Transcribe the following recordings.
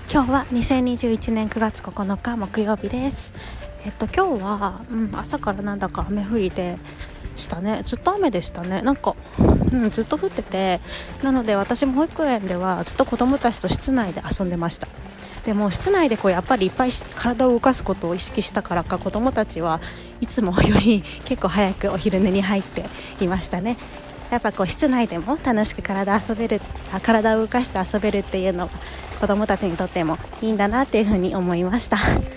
今日は2021年9月9日木曜日です。今日は、朝からなんだか雨降りでしたね。ずっと雨でしたね。ずっと降ってて、なので私も保育園ではずっと子どもたちと室内で遊んでました。でも室内でやっぱりいっぱい体を動かすことを意識したからか、子どもたちはいつもより結構早くお昼寝に入っていましたね。やっぱ室内でも楽しく体を動かして遊べるっていうのが子どもたちにとってもいいんだなっていうふうに思いました。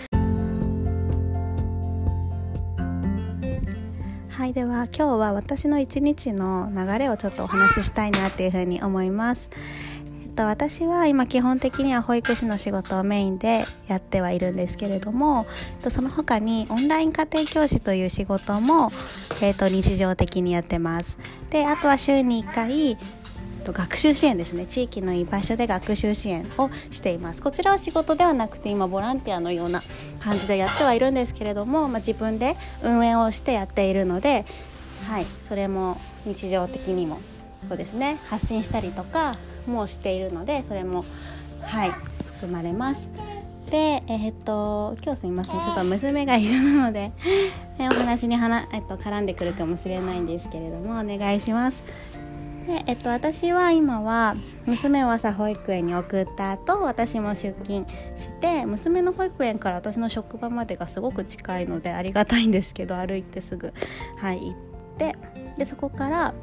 はい、では今日は私の一日の流れをちょっとお話ししたいなっていうふうに思います。私は今基本的には保育士の仕事をメインでやってはいるんですけれども、その他にオンライン家庭教師という仕事も、日常的にやってます。で、あとは週に1回学習支援ですね。地域の居場所で学習支援をしています。こちらは仕事ではなくて今ボランティアのような感じでやってはいるんですけれども、自分で運営をしてやっているので、それも日常的にもそうですね、発信したりとかもしているので、それも含まれます。で、今日すみません、ちょっと娘が一緒なのでお話に絡んでくるかもしれないんですけれども、お願いします。で、私は今は娘を朝保育園に送った後、私も出勤して娘の保育園から私の職場までがすごく近いのでありがたいんですけど、歩いてすぐ行って、でそこから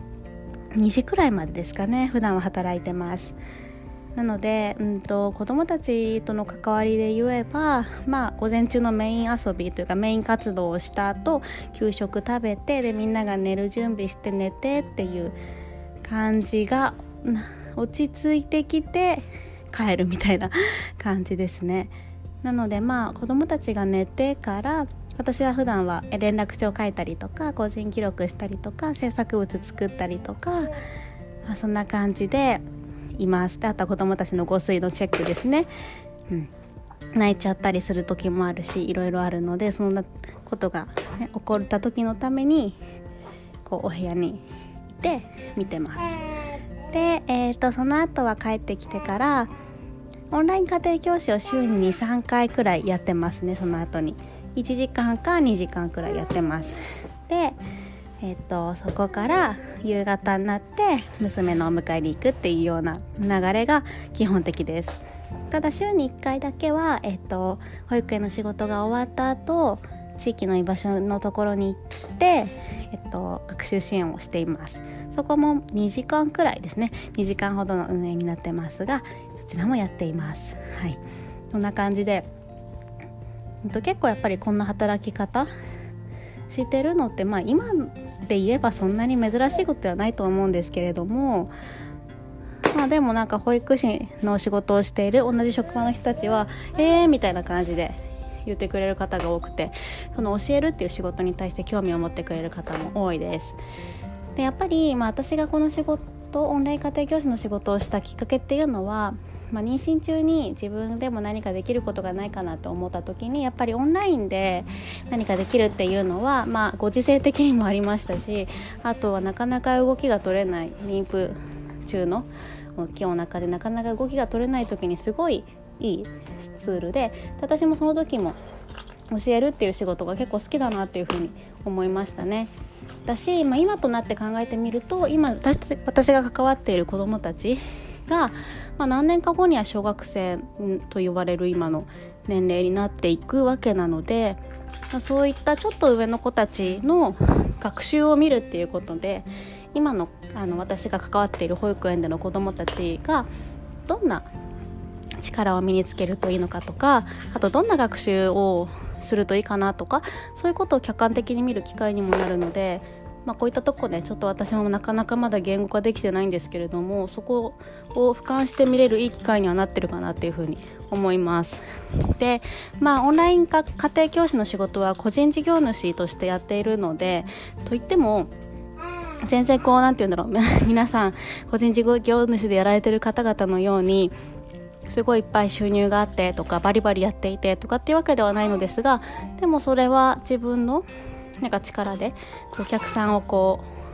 2時くらいまでですかね、普段は働いてます。なので、子どもたちとの関わりで言えば、午前中のメイン遊びというかメイン活動をした後、給食食べて、でみんなが寝る準備して寝てっていう感じが落ち着いてきて帰るみたいな感じですね。なので子どもたちが寝てから、私は普段は連絡帳書いたりとか個人記録したりとか制作物作ったりとか、そんな感じでいます。で、あとは子どもたちの誤睡のチェックですね。泣いちゃったりする時もあるし、いろいろあるので、そんなことが、起こった時のためにお部屋にいて見てます。で、その後は帰ってきてからオンライン家庭教師を週に 2,3 回くらいやってますね。その後に1時間か2時間くらいやってます。で、そこから夕方になって娘のお迎えに行くっていうような流れが基本的です。ただ週に1回だけは、保育園の仕事が終わった後、地域の居場所のところに行って、学習支援をしています。そこも2時間くらいですね、2時間ほどの運営になってますが、そちらもやっています。こんな感じで、結構やっぱりこんな働き方してるのって、今で言えばそんなに珍しいことではないと思うんですけれども、でも保育士の仕事をしている同じ職場の人たちはみたいな感じで言ってくれる方が多くて、その教えるっていう仕事に対して興味を持ってくれる方も多いです。で、やっぱり、私がこの仕事、オンライン家庭教師の仕事をしたきっかけっていうのは、妊娠中に自分でも何かできることがないかなと思った時に、やっぱりオンラインで何かできるっていうのは、ご時世的にもありましたし、あとはなかなか動きが取れない、妊婦中の大きいお腹でなかなか動きが取れない時にすごいいいツールで、私もその時も教えるっていう仕事が結構好きだなっていうふうに思いましたね。だし、今となって考えてみると、今私が関わっている子どもたちが、何年か後には小学生と呼ばれる今の年齢になっていくわけなので、そういったちょっと上の子たちの学習を見るっていうことで、今の私が関わっている保育園での子どもたちがどんな力を身につけるといいのかとか、あとどんな学習をするといいかなとか、そういうことを客観的に見る機会にもなるので、こういったところでちょっと私もなかなかまだ言語化できてないんですけれども、そこを俯瞰して見れるいい機会にはなってるかなっていうふうに思います。で、オンライン家庭教師の仕事は個人事業主としてやっているので、といっても全然皆さん個人事業主でやられてる方々のようにすごいいっぱい収入があってとかバリバリやっていてとかっていうわけではないのですが、でもそれは自分の力でお客さん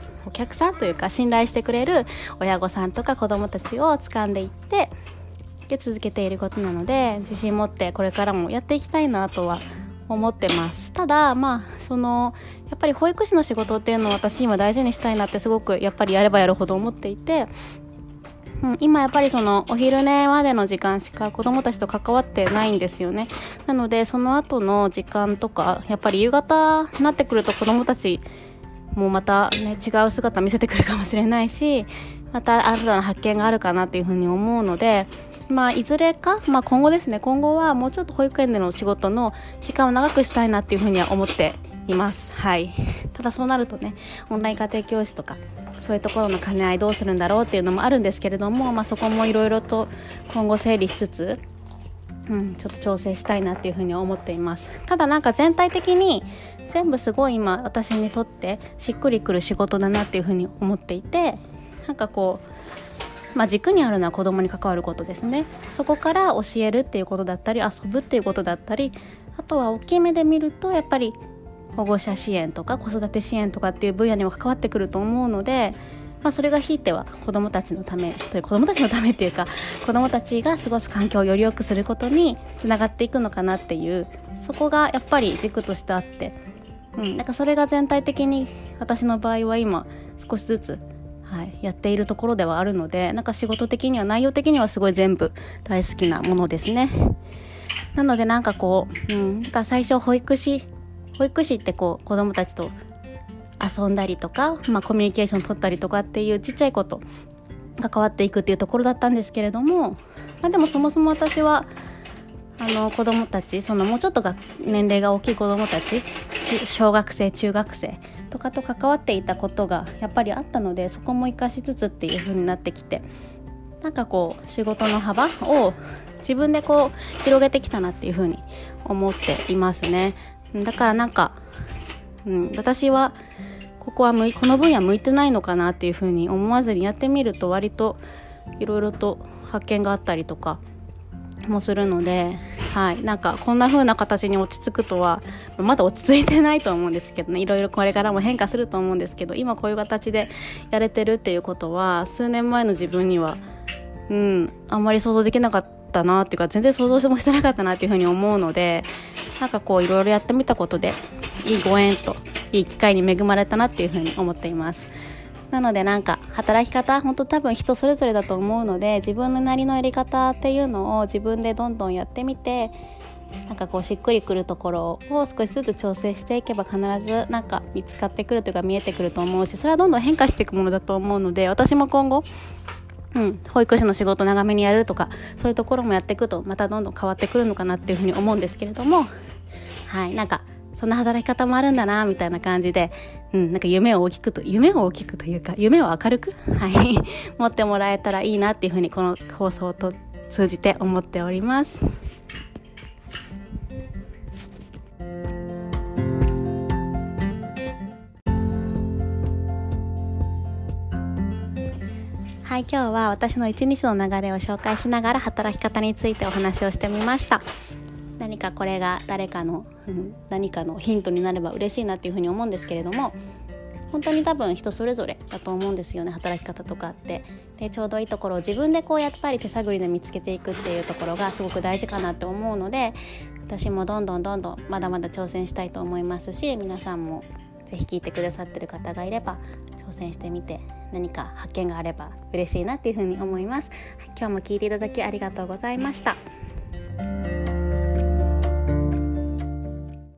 というか信頼してくれる親御さんとか子どもたちを掴んでいって、 で続けていることなので、自信持ってこれからもやっていきたいなとは思ってます。ただやっぱり保育士の仕事っていうのを私今大事にしたいなってすごくやっぱりやればやるほど思っていて、今やっぱりお昼寝までの時間しか子どもたちと関わってないんですよね。なのでその後の時間とかやっぱり夕方になってくると子どもたちもまた、ね、違う姿見せてくるかもしれないし、また新たな発見があるかなっていうふうに思うので、いずれか、今後ですね、今後はもうちょっと保育園での仕事の時間を長くしたいなっていうふうには思っています。はい。ただそうなるとね、オンライン家庭教師とかそういうところの兼ね合いどうするんだろうっていうのもあるんですけれども、そこもいろいろと今後整理しつつ、ちょっと調整したいなっていうふうに思っています。ただ全体的に全部すごい今私にとってしっくりくる仕事だなっていうふうに思っていて、軸にあるのは子供に関わることですね。そこから教えるっていうことだったり、遊ぶっていうことだったり、あとは大きい目で見るとやっぱり保護者支援とか子育て支援とかっていう分野にも関わってくると思うので、それがひいては子どもたちのためっていうか、子どもたちが過ごす環境をより良くすることにつながっていくのかなっていう、そこがやっぱり軸としてあって、それが全体的に私の場合は今少しずつ、やっているところではあるので、仕事的には内容的にはすごい全部大好きなものですね。なので最初保育士って子どもたちと遊んだりとか、コミュニケーション取ったりとかっていうちっちゃいこと関わっていくっていうところだったんですけれども、でもそもそも私は子どもたち、もうちょっと年齢が大きい子どもたち、小学生中学生とかと関わっていたことがやっぱりあったので、そこも活かしつつっていう風になってきて、仕事の幅を自分で広げてきたなっていう風に思っていますね。だから私はこの分野向いてないのかなっていう風に思わずにやってみると、割といろいろと発見があったりとかもするので、こんな風な形に落ち着くとはまだ落ち着いてないと思うんですけどね。いろいろこれからも変化すると思うんですけど、今こういう形でやれてるっていうことは数年前の自分にはあんまり想像できなかったなっていうか、全然想像もしてなかったなっていう風に思うので、いろいろやってみたことでいいご縁といい機会に恵まれたなっていう風に思っています。なので働き方、本当多分人それぞれだと思うので、自分のなりのやり方っていうのを自分でどんどんやってみて、しっくりくるところを少しずつ調整していけば必ず見つかってくるというか見えてくると思うし、それはどんどん変化していくものだと思うので、私も今後保育士の仕事を長めにやるとか、そういうところもやっていくとまたどんどん変わってくるのかなっていうふうに思うんですけれども、そんな働き方もあるんだなみたいな感じで、夢を大きくというか、夢を明るく、持ってもらえたらいいなっていうふうにこの放送と通じて思っております。今日は私の一日の流れを紹介しながら働き方についてお話をしてみました。何かこれが誰かの、何かのヒントになれば嬉しいなっていうふうに思うんですけれども、本当に多分人それぞれだと思うんですよね、働き方とかって。でちょうどいいところを自分でやっぱり手探りで見つけていくっていうところがすごく大事かなって思うので、私もどんどんまだまだ挑戦したいと思いますし、皆さんもぜひ聞いてくださってる方がいれば挑戦してみて、何か発見があれば嬉しいなっていうふうに思います。今日も聞いていただきありがとうございました。